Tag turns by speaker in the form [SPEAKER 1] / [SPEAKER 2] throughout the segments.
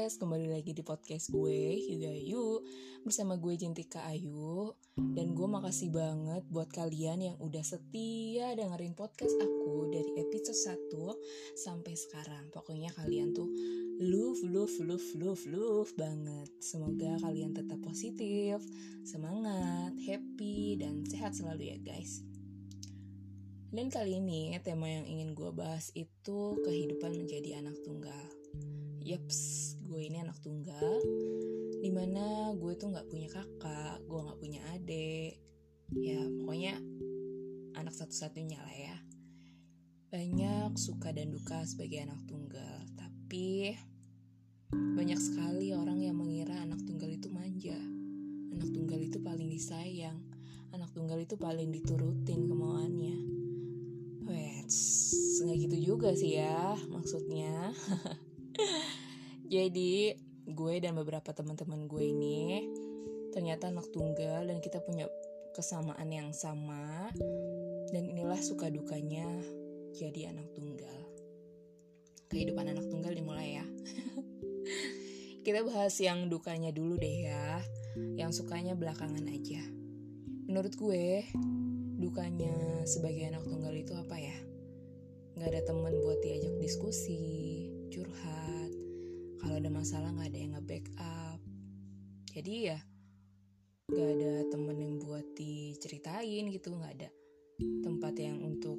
[SPEAKER 1] guys, kembali lagi di podcast gue, Hyuga Ayu, bersama gue Jentika Ayu. Dan gue makasih banget buat kalian yang udah setia dengerin podcast aku dari episode 1 sampai sekarang. Pokoknya kalian tuh love banget. Semoga kalian tetap positif, semangat, happy, dan sehat selalu ya guys. Dan kali ini tema yang ingin gue bahas itu kehidupan menjadi anak tunggal. Yeps, gue ini anak tunggal, dimana gue tuh gak punya kakak, gue gak punya adik. Ya pokoknya anak satu-satunya lah ya. Banyak suka dan duka sebagai anak tunggal, tapi banyak sekali orang yang mengira anak tunggal itu manja, anak tunggal itu paling disayang, anak tunggal itu paling diturutin kemauannya. Gak gitu juga sih ya maksudnya. Jadi gue dan beberapa teman-teman gue ini ternyata anak tunggal dan kita punya kesamaan yang sama. Dan inilah suka dukanya jadi anak tunggal. Kehidupan anak tunggal dimulai ya. Kita bahas yang dukanya dulu deh ya. Yang sukanya belakangan aja. Menurut gue, dukanya sebagai anak tunggal itu apa ya? Gak ada teman buat diajak diskusi, curhat. Kalau ada masalah gak ada yang nge-backup. Jadi ya gak ada temen yang buat diceritain gitu. Gak ada tempat yang untuk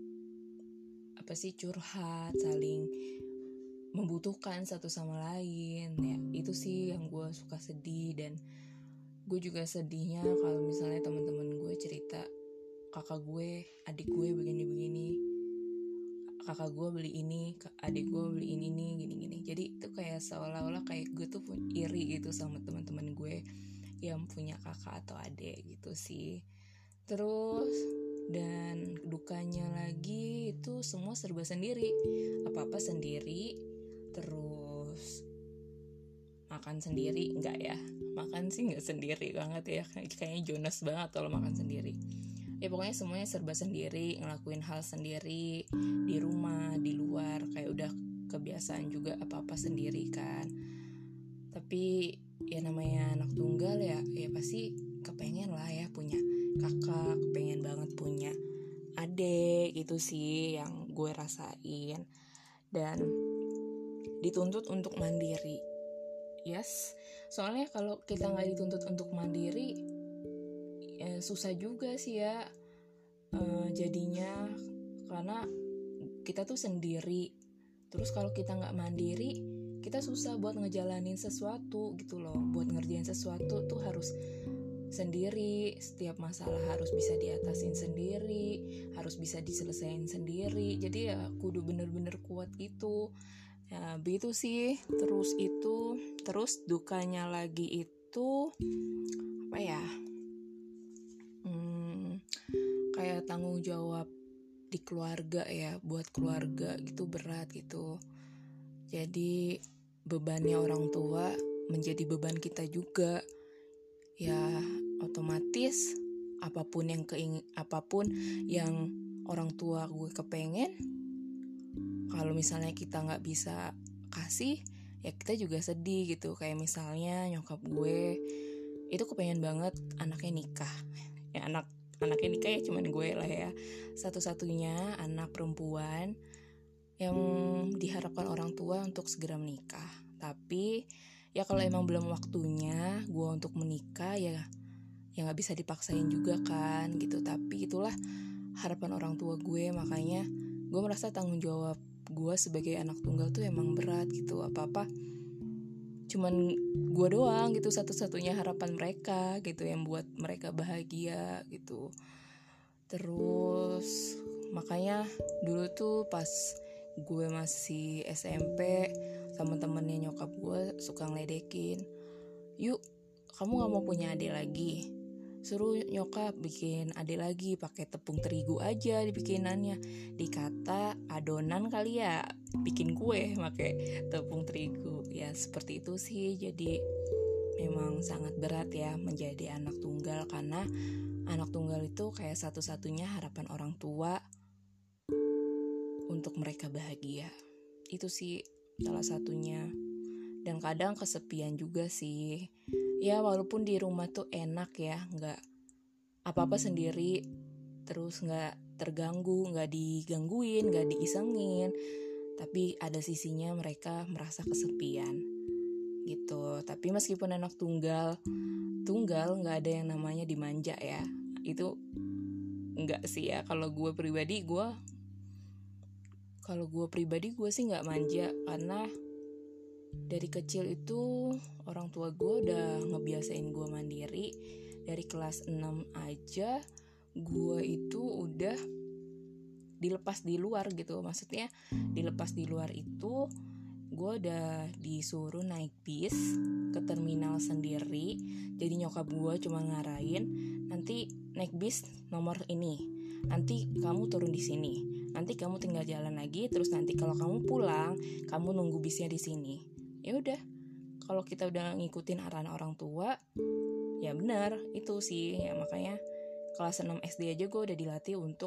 [SPEAKER 1] curhat, saling membutuhkan satu sama lain. Ya itu sih yang gue suka sedih. Dan gue juga sedihnya kalau misalnya teman-teman gue cerita, kakak gue, adik gue begini-begini, kakak gue beli ini, adik gue beli ini gini-gini. Jadi itu kayak seolah-olah kayak gue tuh iri gitu sama teman-teman gue yang punya kakak atau adik gitu sih. Terus dan dukanya lagi itu semua serba sendiri, apa-apa sendiri. Terus makan sendiri, enggak ya, makan sih enggak sendiri banget ya, kayaknya Jonas banget kalau makan sendiri. Ya pokoknya semuanya serba sendiri, ngelakuin hal sendiri, di rumah, di luar, kayak udah kebiasaan juga apa-apa sendiri kan. Tapi ya namanya anak tunggal ya pasti kepengen lah ya punya kakak, kepengen banget punya adik, itu sih yang gue rasain. Dan dituntut untuk mandiri. Yes, soalnya kalau kita gak dituntut untuk mandiri, susah juga sih ya jadinya, karena kita tuh sendiri. Terus kalau kita gak mandiri, kita susah buat ngejalanin sesuatu gitu loh. Buat ngerjain sesuatu tuh harus sendiri, setiap masalah harus bisa diatasin sendiri, harus bisa diselesain sendiri. Jadi ya kudu bener-bener kuat gitu. Ya begitu sih. Terus dukanya lagi itu apa ya, kayak tanggung jawab di keluarga ya, buat keluarga gitu berat gitu. Jadi bebannya orang tua menjadi beban kita juga. Ya otomatis apapun yang orang tua gue kepengen, kalau misalnya kita nggak bisa kasih, ya kita juga sedih gitu. Kayak misalnya nyokap gue itu kepengen banget anaknya nikah. Ya anaknya nikah ya cuman gue lah ya, satu-satunya anak perempuan yang diharapkan orang tua untuk segera menikah. Tapi ya kalau emang belum waktunya gue untuk menikah, ya gak bisa dipaksain juga kan gitu. Tapi itulah harapan orang tua gue. Makanya gue merasa tanggung jawab gue sebagai anak tunggal tuh emang berat gitu. Apa-apa cuman gue doang gitu, satu-satunya harapan mereka gitu, yang buat mereka bahagia gitu. Terus makanya dulu tuh pas gue masih SMP, temen-temennya nyokap gue suka ngeledekin, "Yuk, kamu gak mau punya adik lagi? Suruh nyokap bikin adik lagi, pakai tepung terigu aja dibikinannya." Dikata adonan kali ya bikin kue pakai tepung terigu. Ya seperti itu sih. Jadi memang sangat berat ya menjadi anak tunggal, karena anak tunggal itu kayak satu-satunya harapan orang tua untuk mereka bahagia. Itu sih salah satunya. dan kadang kesepian juga sih. Ya walaupun di rumah tuh enak ya, nggak apa-apa sendiri, terus nggak terganggu, nggak digangguin, nggak diisengin, tapi ada sisinya mereka merasa kesepian gitu. Tapi meskipun anak tunggal nggak ada yang namanya dimanja ya, itu nggak sih ya. Kalau gue pribadi gue sih nggak manja, karena dari kecil itu orang tua gue udah ngebiasain gue mandiri. Dari kelas 6 aja gue itu udah dilepas di luar gitu. Maksudnya dilepas di luar itu gue udah disuruh naik bis ke terminal sendiri. Jadi nyokap gue cuma ngarahin, nanti naik bis nomor ini, nanti kamu turun di sini, nanti kamu tinggal jalan lagi, terus nanti kalau kamu pulang kamu nunggu bisnya di sini. Ya udah, kalau kita udah ngikutin arahan orang tua ya benar itu sih ya. Makanya kelas 6 SD aja gue udah dilatih untuk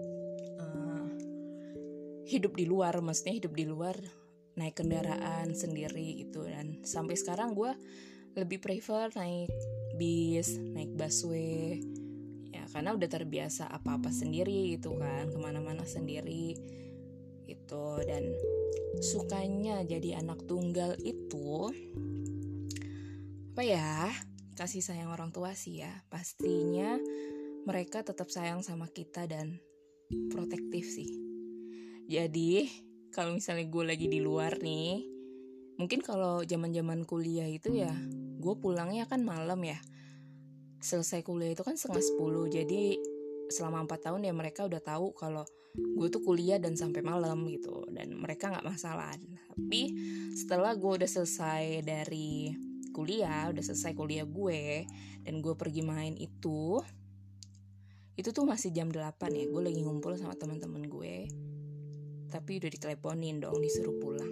[SPEAKER 1] hidup di luar, maksudnya hidup di luar, naik kendaraan sendiri gitu. Dan sampai sekarang gue lebih prefer naik bis, naik busway ya, karena udah terbiasa apa-apa sendiri gitu kan, kemana-mana sendiri gitu. Dan sukanya jadi anak tunggal itu apa ya, kasih sayang orang tua sih ya. Pastinya mereka tetap sayang sama kita dan protektif sih. Jadi kalau misalnya gue lagi di luar nih, mungkin kalau zaman-zaman kuliah itu ya gue pulangnya kan malam ya. Selesai kuliah itu kan 9:30, jadi selama 4 tahun ya mereka udah tahu kalau gue tuh kuliah dan sampai malam gitu, dan mereka nggak masalah. Tapi setelah gue udah selesai dari kuliah, udah selesai kuliah gue, dan gue pergi main itu tuh masih jam 8 ya, gue lagi ngumpul sama teman-teman gue, tapi udah diteleponin dong, disuruh pulang.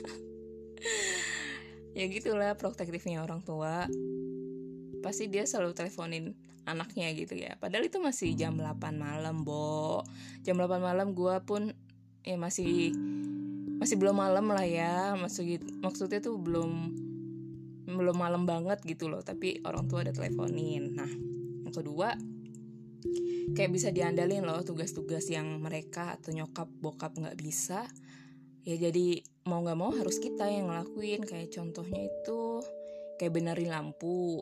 [SPEAKER 1] Ya gitulah protektifnya orang tua. Pasti dia selalu teleponin anaknya gitu ya. Padahal itu masih jam 8 malam, Bo. Jam 8 malam gue pun ya masih belum malam lah ya. Maksudnya tuh belum malam banget gitu loh, tapi orang tua ada teleponin. Nah, yang kedua, kayak bisa diandalin loh tugas-tugas yang mereka atau nyokap bokap nggak bisa. Ya jadi mau nggak mau harus kita yang ngelakuin. Kayak contohnya itu kayak benerin lampu,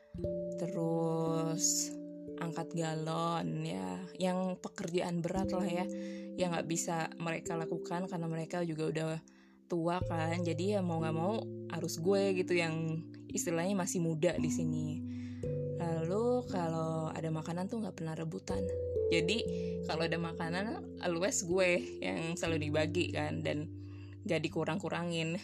[SPEAKER 1] terus angkat galon ya, yang pekerjaan berat lah ya, yang nggak bisa mereka lakukan karena mereka juga udah tua kan. Jadi ya mau nggak mau harus gue gitu yang istilahnya masih muda di sini. Lalu kalau ada makanan tuh nggak pernah rebutan. Jadi kalau ada makanan always gue yang selalu dibagi kan, dan gak dikurang-kurangin.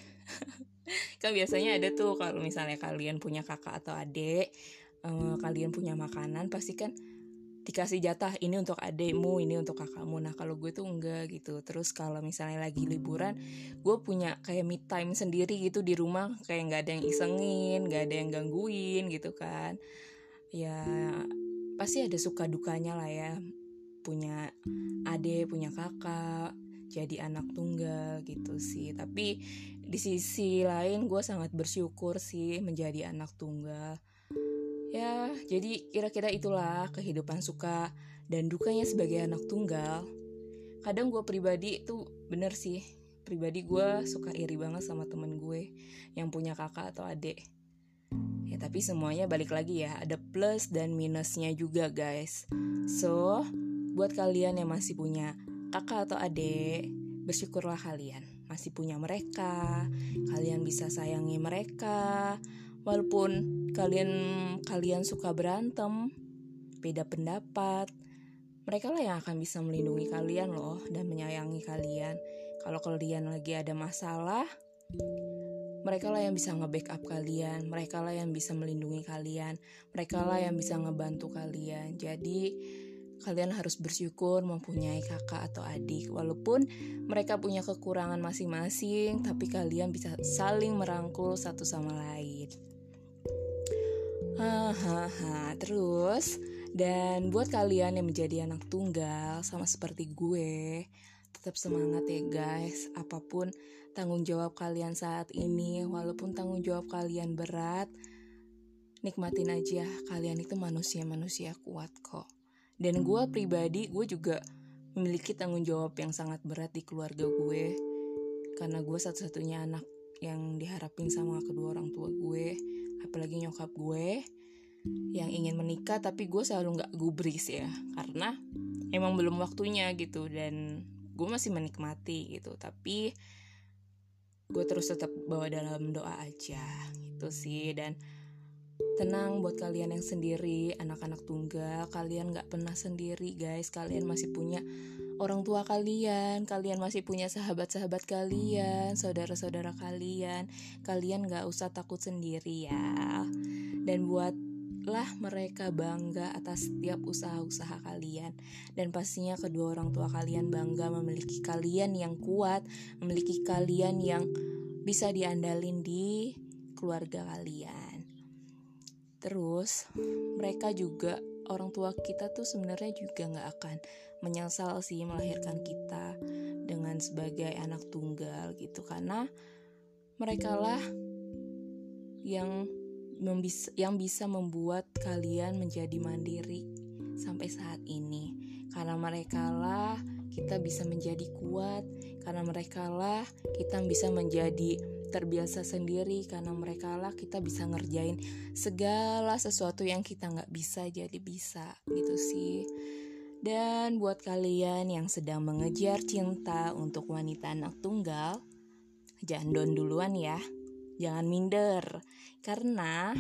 [SPEAKER 1] Kan biasanya ada tuh kalau misalnya kalian punya kakak atau adik, kalian punya makanan pasti kan dikasih jatah, ini untuk adekmu, ini untuk kakakmu. Nah kalau gue tuh enggak gitu. Terus kalau misalnya lagi liburan, gue punya kayak me time sendiri gitu di rumah, kayak nggak ada yang isengin, nggak ada yang gangguin gitu kan. Ya pasti ada suka dukanya lah ya, punya adik, punya kakak, jadi anak tunggal gitu sih. Tapi di sisi lain gue sangat bersyukur sih menjadi anak tunggal. Ya jadi kira-kira itulah kehidupan suka dan dukanya sebagai anak tunggal. Kadang gue pribadi tuh bener sih, pribadi gue suka iri banget sama temen gue yang punya kakak atau adik. Ya tapi semuanya balik lagi ya, ada plus dan minusnya juga guys. So buat kalian yang masih punya kakak atau adik, bersyukurlah kalian masih punya mereka. Kalian bisa sayangi mereka, walaupun kalian suka berantem, beda pendapat, mereka lah yang akan bisa melindungi kalian loh, dan menyayangi kalian. Kalau kalian lagi ada masalah, mereka lah yang bisa nge-backup kalian, mereka lah yang bisa melindungi kalian, mereka lah yang bisa ngebantu kalian. Jadi kalian harus bersyukur mempunyai kakak atau adik. Walaupun mereka punya kekurangan masing-masing, tapi kalian bisa saling merangkul satu sama lain. Terus, dan buat kalian yang menjadi anak tunggal sama seperti gue, tetap semangat ya guys. Apapun tanggung jawab kalian saat ini, walaupun tanggung jawab kalian berat, nikmatin aja. Kalian itu manusia kuat kok. Dan gue pribadi, gue juga memiliki tanggung jawab yang sangat berat di keluarga gue, karena gue satu-satunya anak yang diharapin sama kedua orang tua gue, apalagi nyokap gue yang ingin menikah. Tapi gue selalu gak gubris ya, karena emang belum waktunya gitu, dan gue masih menikmati gitu. Tapi gue terus tetap bawa dalam doa aja gitu sih. Dan tenang buat kalian yang sendiri, anak-anak tunggal, kalian gak pernah sendiri guys. Kalian masih punya orang tua kalian masih punya sahabat-sahabat kalian, saudara-saudara kalian. Kalian gak usah takut sendiri ya. Dan buatlah mereka bangga atas setiap usaha-usaha kalian. Dan pastinya kedua orang tua kalian bangga memiliki kalian yang kuat, memiliki kalian yang bisa diandalin di keluarga kalian. Terus mereka juga, orang tua kita tuh sebenarnya juga gak akan menyesal sih melahirkan kita dengan sebagai anak tunggal gitu, karena mereka lah yang bisa membuat kalian menjadi mandiri sampai saat ini. Karena mereka lah kita bisa menjadi kuat, karena mereka lah kita bisa menjadi terbiasa sendiri, karena mereka lah kita bisa ngerjain segala sesuatu yang kita gak bisa jadi bisa gitu sih. Dan buat kalian yang sedang mengejar cinta untuk wanita anak tunggal, jangan down duluan ya, jangan minder, karena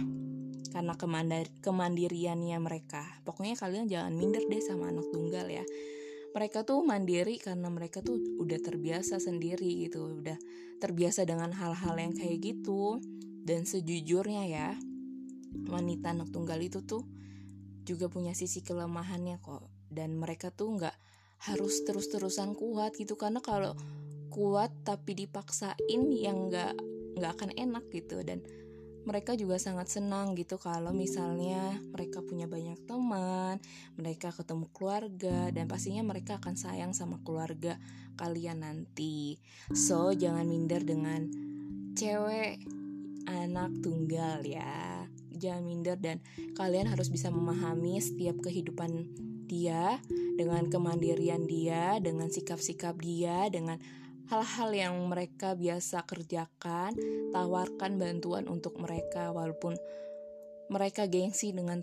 [SPEAKER 1] kemandiriannya mereka. Pokoknya kalian jangan minder deh sama anak tunggal ya. Mereka tuh mandiri karena mereka tuh udah terbiasa sendiri gitu, udah terbiasa dengan hal-hal yang kayak gitu. Dan sejujurnya ya, wanita anak tunggal itu tuh juga punya sisi kelemahannya kok. Dan mereka tuh gak harus terus-terusan kuat gitu, karena kalau kuat tapi dipaksain yang gak akan enak gitu. Dan mereka juga sangat senang gitu kalau misalnya mereka punya banyak teman, mereka ketemu keluarga, dan pastinya mereka akan sayang sama keluarga kalian nanti. So, jangan minder dengan cewek anak tunggal ya. Jangan minder, dan kalian harus bisa memahami setiap kehidupan dia, dengan kemandirian dia, dengan sikap-sikap dia, dengan hal-hal yang mereka biasa kerjakan. Tawarkan bantuan untuk mereka, walaupun mereka gengsi dengan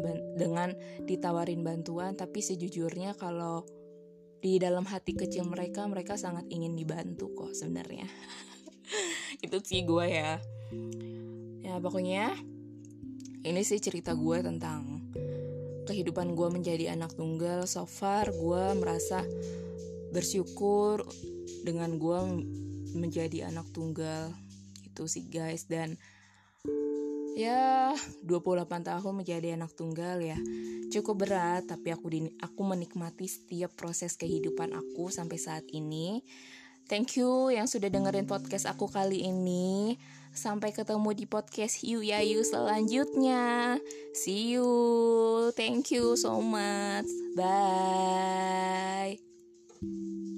[SPEAKER 1] ditawarin bantuan, tapi sejujurnya kalau di dalam hati kecil mereka sangat ingin dibantu kok sebenarnya. Itu sih gue ya. Ya pokoknya ini sih cerita gue tentang kehidupan gue menjadi anak tunggal. So far gue merasa bersyukur dengan gue menjadi anak tunggal itu sih guys. Dan ya 28 tahun menjadi anak tunggal ya cukup berat, tapi aku menikmati setiap proses kehidupan aku sampai saat ini. Thank you yang sudah dengerin podcast aku kali ini. Sampai ketemu di podcast You Yayu selanjutnya. See you. Thank you so much. Bye.